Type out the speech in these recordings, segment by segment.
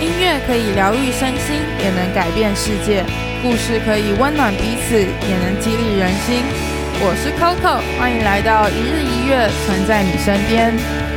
音乐可以疗愈身心，也能改变世界；故事可以温暖彼此，也能激励人心。我是 Coco， 欢迎来到一日一乐，存在你身边。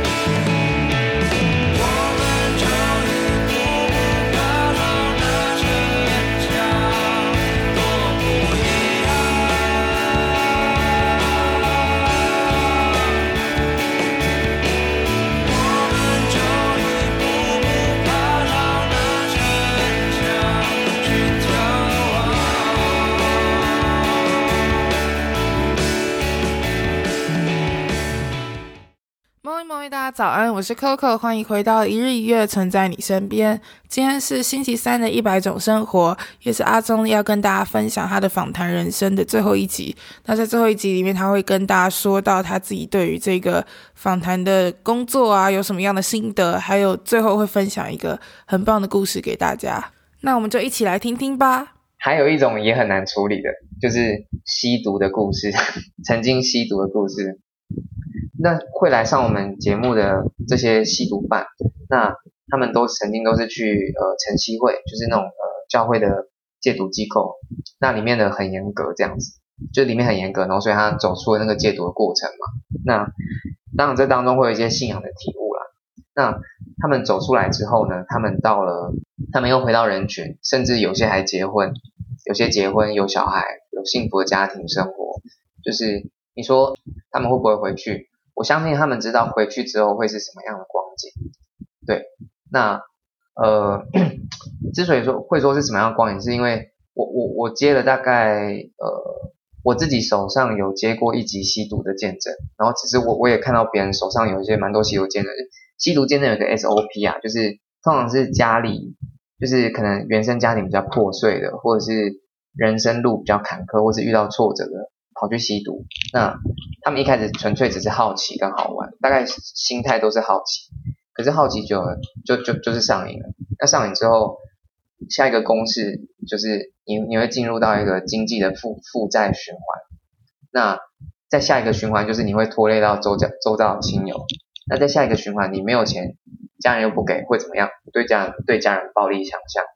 大家早安，我是 Coco， 欢迎回到一日一乐，存在你身边。今天是星期三的100种生活，也是阿宗要跟大家分享他的访谈人生的最后一集。那在最后一集里面，他会跟大家说到他自己对于这个访谈的工作啊有什么样的心得，还有最后会分享一个很棒的故事给大家。那我们就一起来听听吧。 还有一种也很难处理的，就是吸毒的故事，曾经吸毒的故事。那会来上我们节目的这些吸毒犯，那他们曾经都是去晨曦会，就是那种教会的戒毒机构，那里面的很严格这样子，就里面很严格，然后所以他走出了那个戒毒的过程嘛。那当然这当中会有一些信仰的体悟啦。那他们走出来之后呢，他们又回到人群，甚至有些还结婚，有些结婚有小孩，有幸福的家庭生活。就是你说他们会不会回去？我相信他们知道回去之后会是什么样的光景。对，那之所以会说是什么样的光景，是因为我接了大概我自己手上有接过一集吸毒的见证，然后只是我也看到别人手上有一些蛮多吸毒见证。吸毒见证有个 SOP 啊，就是通常是家里就是可能原生家庭比较破碎的，或者是人生路比较坎坷，或是遇到挫折的跑去吸毒。那他们一开始纯粹只是好奇跟好玩，大概心态都是好奇，可是好奇久了就是上瘾了。那上瘾之后，下一个公式就是你会进入到一个经济的负债循环。那在下一个循环就是你会拖累到周遭的亲友。那在下一个循环你没有钱，家人又不给，会怎么样？对家人暴力相向。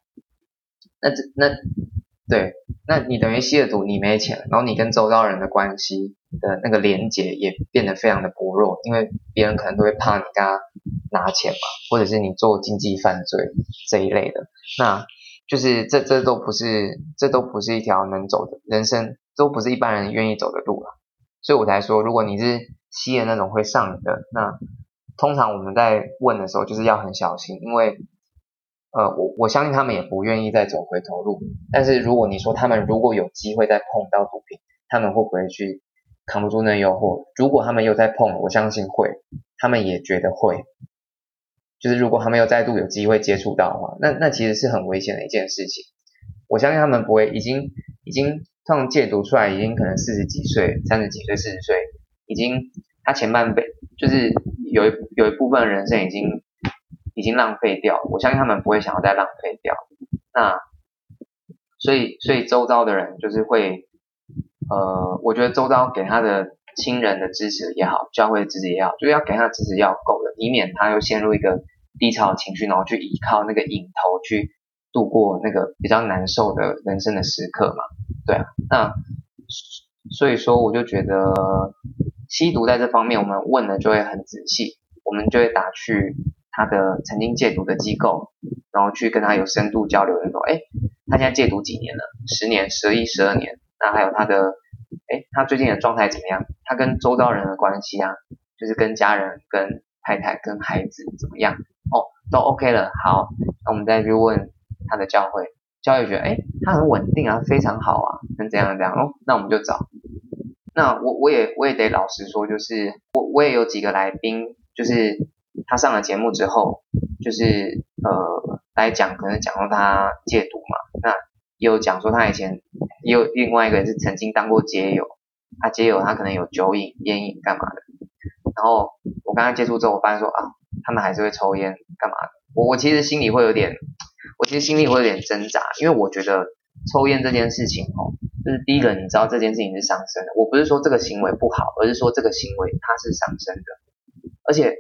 那你等于吸了毒，你没钱，然后你跟周遭人的关系的那个连结也变得非常的薄弱，因为别人可能都会怕你跟他拿钱嘛，或者是你做经济犯罪这一类的。那就是这都不是一条能走的人生，都不是一般人愿意走的路啦。所以我才说，如果你是吸的那种会上瘾的，那通常我们在问的时候就是要很小心，因为我相信他们也不愿意再走回头路。但是如果你说他们如果有机会再碰到毒品，他们会不会去扛不住那诱惑？如果他们又再碰，我相信会，他们也觉得会。就是如果他们又再度有机会接触到的话，那其实是很危险的一件事情。我相信他们不会已经通常戒毒出来已经可能40几岁、30几岁、40岁，已经他前半辈就是有一部分人生已经浪费掉，我相信他们不会想要再浪费掉。那所以周遭的人就是会我觉得周遭给他的亲人的支持也好，教会的支持也好，就是要给他的支持要够的，以免他又陷入一个低潮的情绪，然后去依靠那个瘾头去度过那个比较难受的人生的时刻嘛。对啊，那所以说我就觉得吸毒在这方面我们问的就会很仔细，我们就会打去他的曾经戒毒的机构，然后去跟他有深度交流的说，他现在戒毒几年了？10年、11、12年，那还有他最近的状态怎么样？他跟周遭人的关系啊，就是跟家人、跟太太、跟孩子怎么样？都 OK 了，好，那我们再去问他的教会觉得他很稳定啊，非常好啊，能怎样那我们就找。那我也得老实说，就是我也有几个来宾，就是他上了节目之后，就是来讲，可能讲到他戒毒嘛，那也有讲说他以前也有另外一个人是曾经当过街友，街友他可能有酒瘾、烟瘾干嘛的，然后我跟他接触之后，我发现说他们还是会抽烟干嘛的，我其实心里会有点挣扎，因为我觉得抽烟这件事情就是第一个你知道这件事情是伤身的，我不是说这个行为不好，而是说这个行为它是伤身的，而且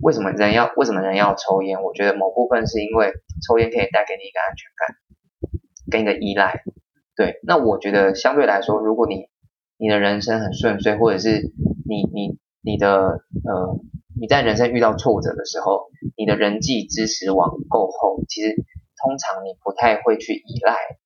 为什么人要抽烟？我觉得某部分是因为抽烟可以带给你一个安全感，跟一个依赖。对，那我觉得相对来说，如果你的人生很顺遂，或者是你在人生遇到挫折的时候，你的人际支持网够厚，其实通常你不太会去依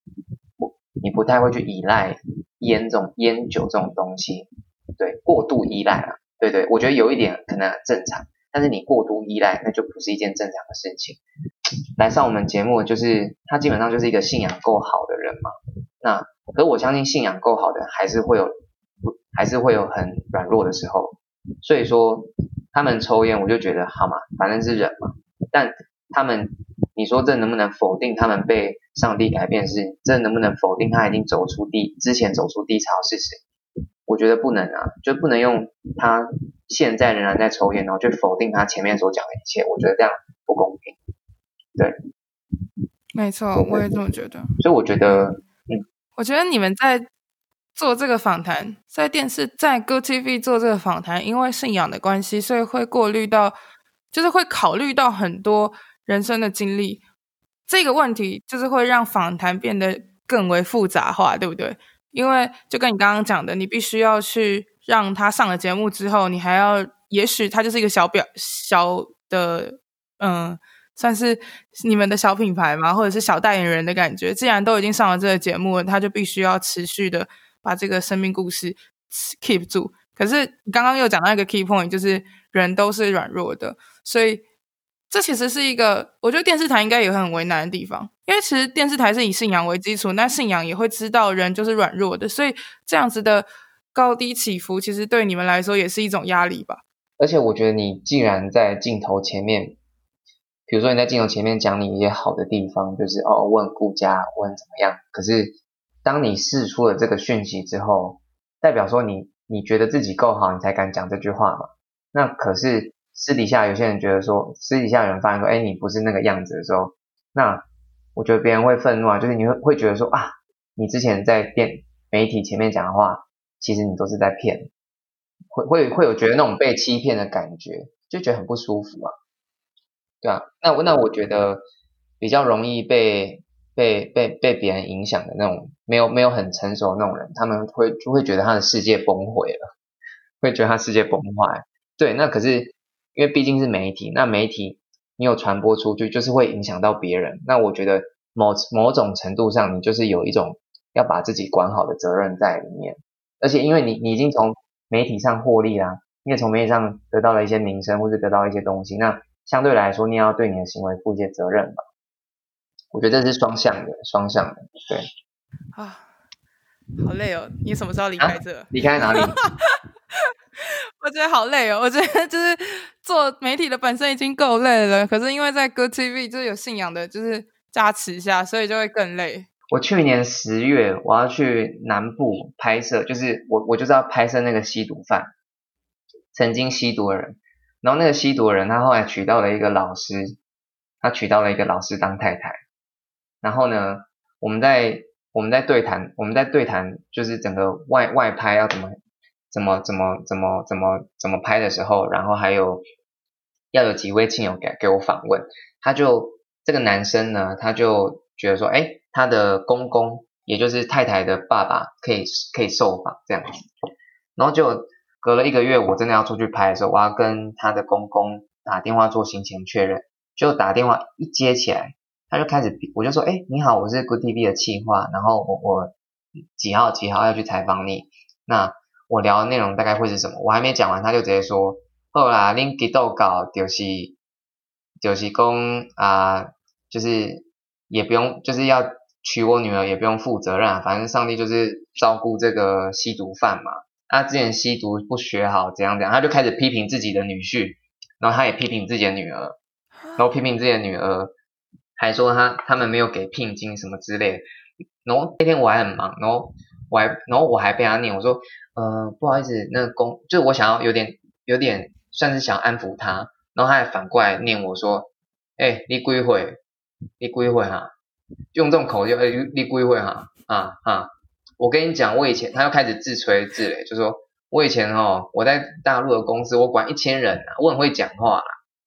赖烟酒这种东西，对，过度依赖啊，对对，我觉得有一点可能很正常，但是你过度依赖，那就不是一件正常的事情。来上我们节目，就是他基本上就是一个信仰够好的人嘛。那可是我相信信仰够好的人还是会有很软弱的时候，所以说他们抽烟，我就觉得好嘛，反正是人嘛。但你说这能不能否定他们被上帝改变的事？这能不能否定他已经之前走出低潮的事情？我觉得不能啊，就不能用他现在仍然在抽烟，然后去否定他前面所讲的一切。我觉得这样不公平。对， 没错，我也这么觉得。 所以我觉得， 我觉得你们在做这个访谈，在Good TV 做这个访谈，因为信仰的关系，所以会就是会考虑到很多人生的经历。这个问题就是会让访谈变得更为复杂化，对不对？因为就跟你刚刚讲的，你必须要去让他上了节目之后，你还要，也许他就是一个小的，算是你们的小品牌嘛，或者是小代言人的感觉。既然都已经上了这个节目了，他就必须要持续的把这个生命故事 keep 住。可是刚刚又讲到一个 key point， 就是人都是软弱的，所以这其实是一个我觉得电视台应该也很为难的地方，因为其实电视台是以信仰为基础，那信仰也会知道人就是软弱的，所以这样子的高低起伏其实对你们来说也是一种压力吧。 而且我觉得你既然在镜头前面，比如说你在镜头前面讲你一些好的地方，就是我很顾家，我很怎么样，可是当你释出了这个讯息之后，代表说你觉得自己够好，你才敢讲这句话嘛。那可是私底下有些人觉得说，私底下有人发现说，你不是那个样子的时候，那我觉得别人会愤怒啊，就是你会觉得说啊，你之前在媒体前面讲的话，其实你都是在骗，会有觉得那种被欺骗的感觉，就觉得很不舒服啊。对啊，那我觉得比较容易被别人影响的那种没有很成熟的那种人，他们就会觉得他的世界崩毁了，会觉得他世界崩坏。对，那可是因为毕竟是媒体，那媒体你有传播出去，就是会影响到别人。那我觉得某种程度上，你就是有一种要把自己管好的责任在里面。而且因为你已经从媒体上获利啦，你也从媒体上得到了一些名声，或者得到一些东西，那相对来说，你也要对你的行为负一些责任吧。我觉得这是双向的，对。 啊，好累哦！你什么时候离开这？ 离开哪里？ 我觉得好累哦！我觉得就是做媒体的本身已经够累了，可是因为在 Good TV 就是有信仰的，就是加持下，所以就会更累。 我去年10月我要去南部拍摄，就是我就是要拍摄那个吸毒犯，曾经吸毒的人。然后那个吸毒的人，他后来娶到了一个老师，当太太。然后呢，我们在对谈，就是整个外拍要怎么拍的时候，然后还有要有几位亲友给我访问。这个男生呢，他就觉得说，他的公公，也就是太太的爸爸，可以受访这样子。然后就隔了1个月，我真的要出去拍的时候，我要跟他的公公打电话做行前确认，就打电话一接起来，他就开始，我就说，你好，我是 Good TV 的企划，然后我几号要去采访你，那我聊的内容大概会是什么？我还没讲完，他就直接说，好啦，恁几度搞就是讲啊，就是也不用，就是要娶我女儿也不用负责任啊，反正上帝就是照顾这个吸毒犯嘛。他之前吸毒不学好，怎样，他就开始批评自己的女婿，然后他也批评自己的女儿，然后批评自己的女儿，还说他们没有给聘金什么之类的。然后那天我还很忙，然后我还被他念，我说不好意思，那个就是我想要有点算是想安抚他，然后他还反过来念我说，你几岁哈，用这种口气，你几岁哈啊。我跟你讲，我以前他又开始自吹自擂，就说我以前我在大陆的公司，我管1000人啊，我很会讲话啦。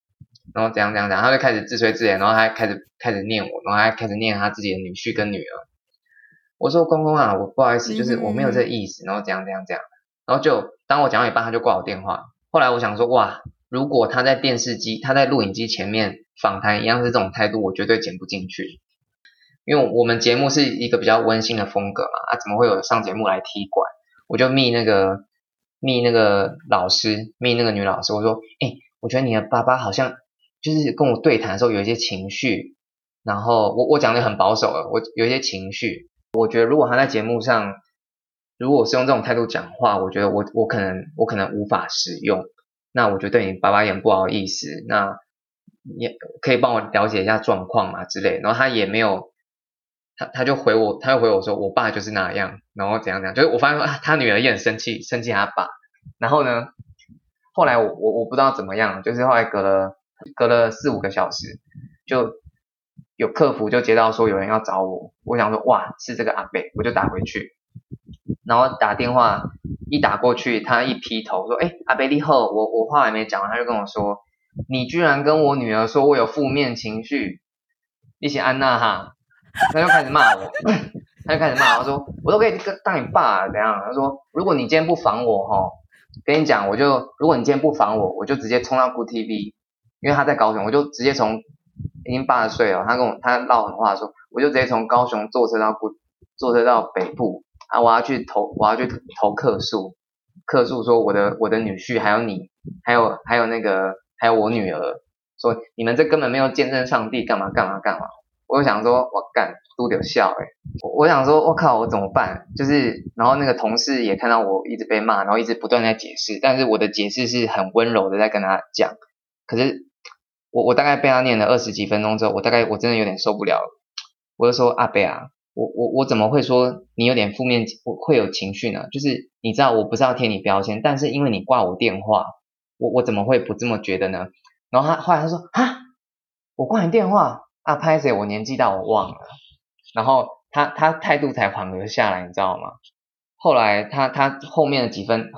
然后怎样怎样怎样，他就开始自吹自擂，然后他开始念我，然后他开始念他自己的女婿跟女儿。我说公公啊，我不好意思，就是我没有这个意思，然后怎样怎样怎样，然后就当我讲到一半，他就挂我电话。后来我想说，哇，如果他在电视机，他在录影机前面访谈一样是这种态度，我绝对剪不进去。因为我们节目是一个比较温馨的风格嘛，怎么会有上节目来踢馆？我就密那个老师，密那个女老师，我说，我觉得你的爸爸好像就是跟我对谈的时候有一些情绪，然后我讲的很保守了，我有一些情绪，我觉得如果他在节目上，如果我是用这种态度讲话，我觉得我可能无法使用，那我觉得对你爸爸也很不好意思，那也可以帮我了解一下状况嘛之类的，然后他也没有，他就回我说我爸就是那样，然后怎样怎样，就是我发现他女儿也很生气他爸，然后呢，后来我不知道怎么样，就是后来隔了4-5个小时，就有客服就接到说有人要找我，我想说哇是这个阿伯，我就打回去，然后打电话一打过去，他一劈头说阿伯你好，我话还没讲完，他就跟我说你居然跟我女儿说我有负面情绪，你是安娜哈，他就开始骂我，我说我都可以当你爸怎样，他说如果你今天不防我跟你讲如果你今天不防我就直接冲到 Good TV， 因为他在高雄，我就直接从已经80岁了，他唠狠话说我就直接从高雄坐车到北部我要去投客诉说我的女婿还有你还有我女儿，说你们这根本没有见证上帝干嘛，我就想说我干都得笑我想说我靠我怎么办，就是然后那个同事也看到我一直被骂，然后一直不断在解释，但是我的解释是很温柔的在跟他讲，可是我大概被他念了20几分钟之后，我真的有点受不了了，我就说阿伯啊，我怎么会说你有点负面会有情绪呢？就是你知道我不是要贴你标签，但是因为你挂我电话，我怎么会不这么觉得呢？然后后来他说哈，我挂你电话啊，拍谁我年纪大我忘了，然后他态度才缓和下来，你知道吗？后来他后面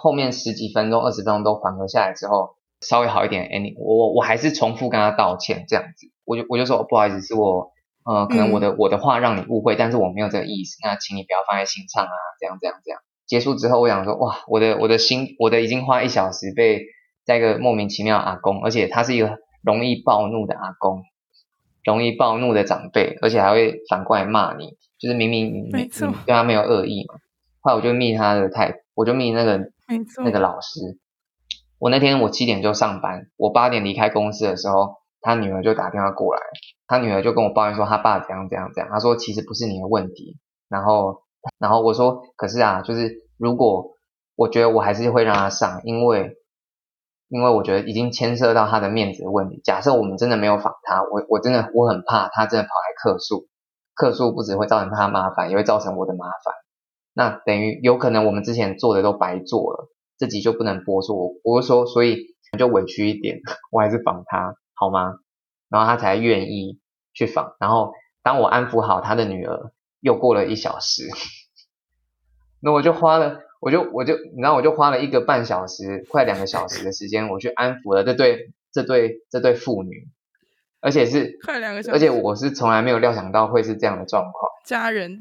10几分钟20分钟都缓和下来之后稍微好一点，我还是重复跟他道歉这样子，我就说不好意思，是我可能我的话让你误会，但是我没有这个意思，那请你不要放在心上啊，这样。结束之后我想说哇，我的已经花1小时被在一个莫名其妙的阿公，而且他是一个容易暴怒的阿公，容易暴怒的长辈，而且还会反过来骂你，就是明明你对他没有恶意嘛。后来我就密我就密那个老师。我那天我7点就上班，我8点离开公司的时候，他女儿就打电话过来，他女儿就跟我抱怨说他爸怎样，他说其实不是你的问题，然后我说可是啊，就是如果我觉得我还是会让他上，因为我觉得已经牵涉到他的面子的问题，假设我们真的没有访他，我很怕他真的跑来客诉不只会造成他麻烦，也会造成我的麻烦，那等于有可能我们之前做的都白做了，这集就不能播出，我就说所以就委屈一点，我还是访他好吗？然后他才愿意去访，然后当我安抚好他的女儿，又过了1小时，那我就花了你知道我就花了1个半小时快2个小时的时间，我去安抚了这对父女，而且是快2个小时， 而且我是从来没有料想到会是这样的状况， 家人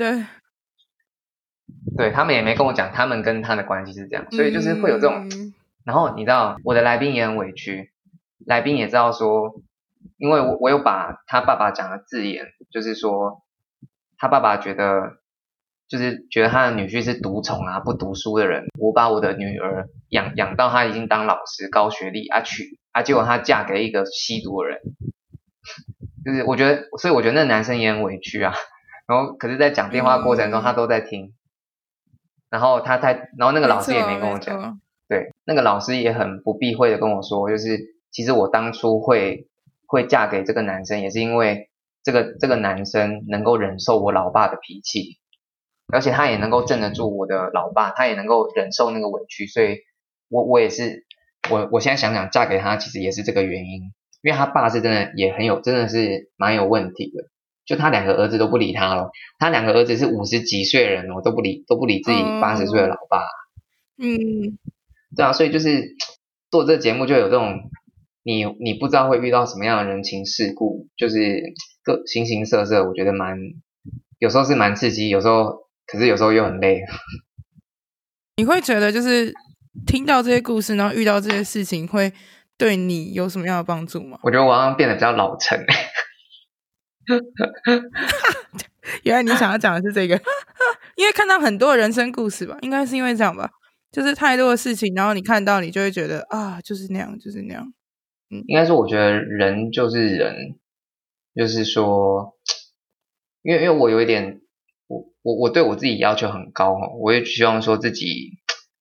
对他们也没跟我讲他们跟他的关系是这样，所以就是会有这种然后你知道我的来宾也很委屈，来宾也知道说，因为我有把他爸爸讲的字眼，就是说他爸爸觉得他的女婿是独宠啊，不读书的人，我把我的女儿养到他已经当老师高学历结果他嫁给一个吸毒的人，就是所以我觉得那男生也很委屈啊，然后可是在讲电话过程中他都在听，然后那个老师也没跟我讲，对，那个老师也很不避讳的跟我说，就是其实我当初会嫁给这个男生，也是因为这个男生能够忍受我老爸的脾气，而且他也能够镇得住我的老爸，他也能够忍受那个委屈，所以我也是我现在想想嫁给他其实也是这个原因，因为他爸是真的也真的是蛮有问题的，就他2个儿子都不理他了，他2个儿子是50几岁的人都不理自己80岁的老爸，对啊，所以就是做这个节目就有这种你不知道会遇到什么样的人情世故，就是各形形色色，我觉得有时候是蛮刺激，可是有时候又很累。 你会觉得就是听到这些故事，然后遇到这些事情，会对你有什么样的帮助吗？ 我觉得我好像变得比较老成。 原来你想要讲的是这个。因为看到很多人生故事吧，应该是因为这样吧，就是太多的事情，然后你看到你就会觉得啊，就是那样，就是那样。 应该说我觉得人就是人，就是说因为我有一点我对我自己要求很高，我也希望说自己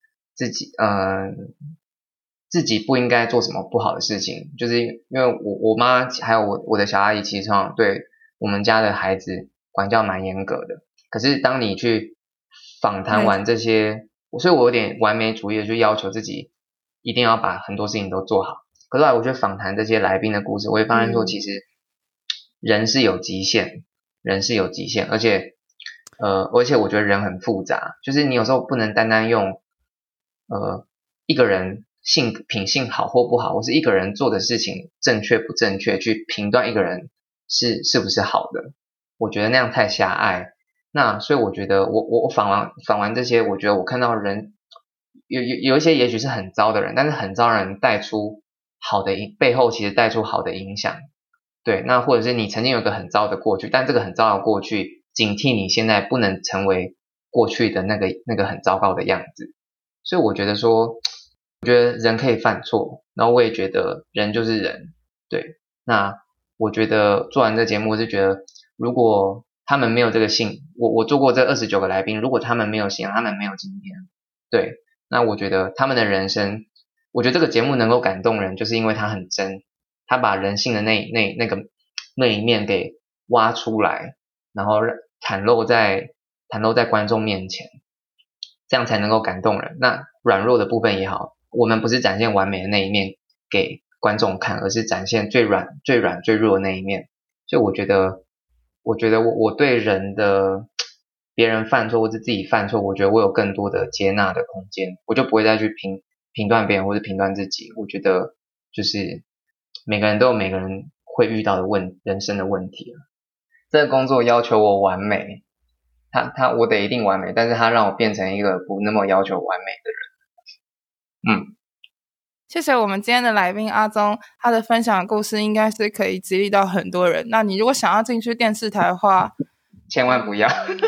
不应该做什么不好的事情，就是因为我妈还有我的小阿姨其实常常对我们家的孩子管教蛮严格的，可是当你去访谈完这些，所以我有点完美主义的去要求自己一定要把很多事情都做好。可是后来我去访谈这些来宾的故事，我会发现说其实人是有极限，而且我觉得人很复杂，就是你有时候不能单单用一个人品性好或不好，或是一个人做的事情正确不正确去评断一个人是不是好的，我觉得那样太狭隘。那所以我觉得我访完这些，我觉得我看到人有一些也许是很糟的人，但是很糟的人背后其实带出好的影响。对，那或者是你曾经有个很糟的过去，但这个很糟的过去警惕你现在不能成为过去的那个很糟糕的样子。所以我觉得人可以犯错，然后我也觉得人就是人。对，那我觉得做完这节目，我是觉得如果他们没有这个信，我做过这29个来宾，如果他们没有信仰，他们没有今天，对，那我觉得他们的人生，我觉得这个节目能够感动人，就是因为它很真，他把人性的那一面给挖出来，然后袒露在观众面前，这样才能够感动人。那软弱的部分也好，我们不是展现完美的那一面给观众看，而是展现最软最弱的那一面。所以我觉得我对人的别人犯错或者自己犯错，我觉得我有更多的接纳的空间，我就不会再去评断别人或者评断自己。我觉得就是每个人都有每个人会遇到的人生的问题。这个工作要求我完美，我得一定完美，但是它让我变成一个不那么要求完美的人。 谢谢我们今天的来宾阿宗，他的分享的故事应该是可以激励到很多人。那你如果想要进去电视台的话， 千万不要。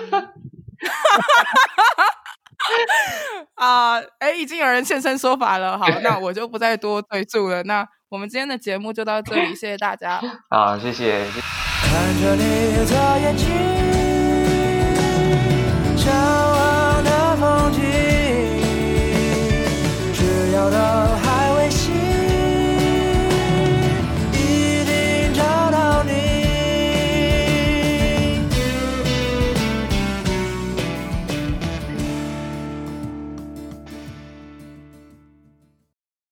已经有人现身说法了。好，那我就不再多赘述了。那我们今天的节目就到这里，谢谢大家。 好，谢谢。 看着你的眼睛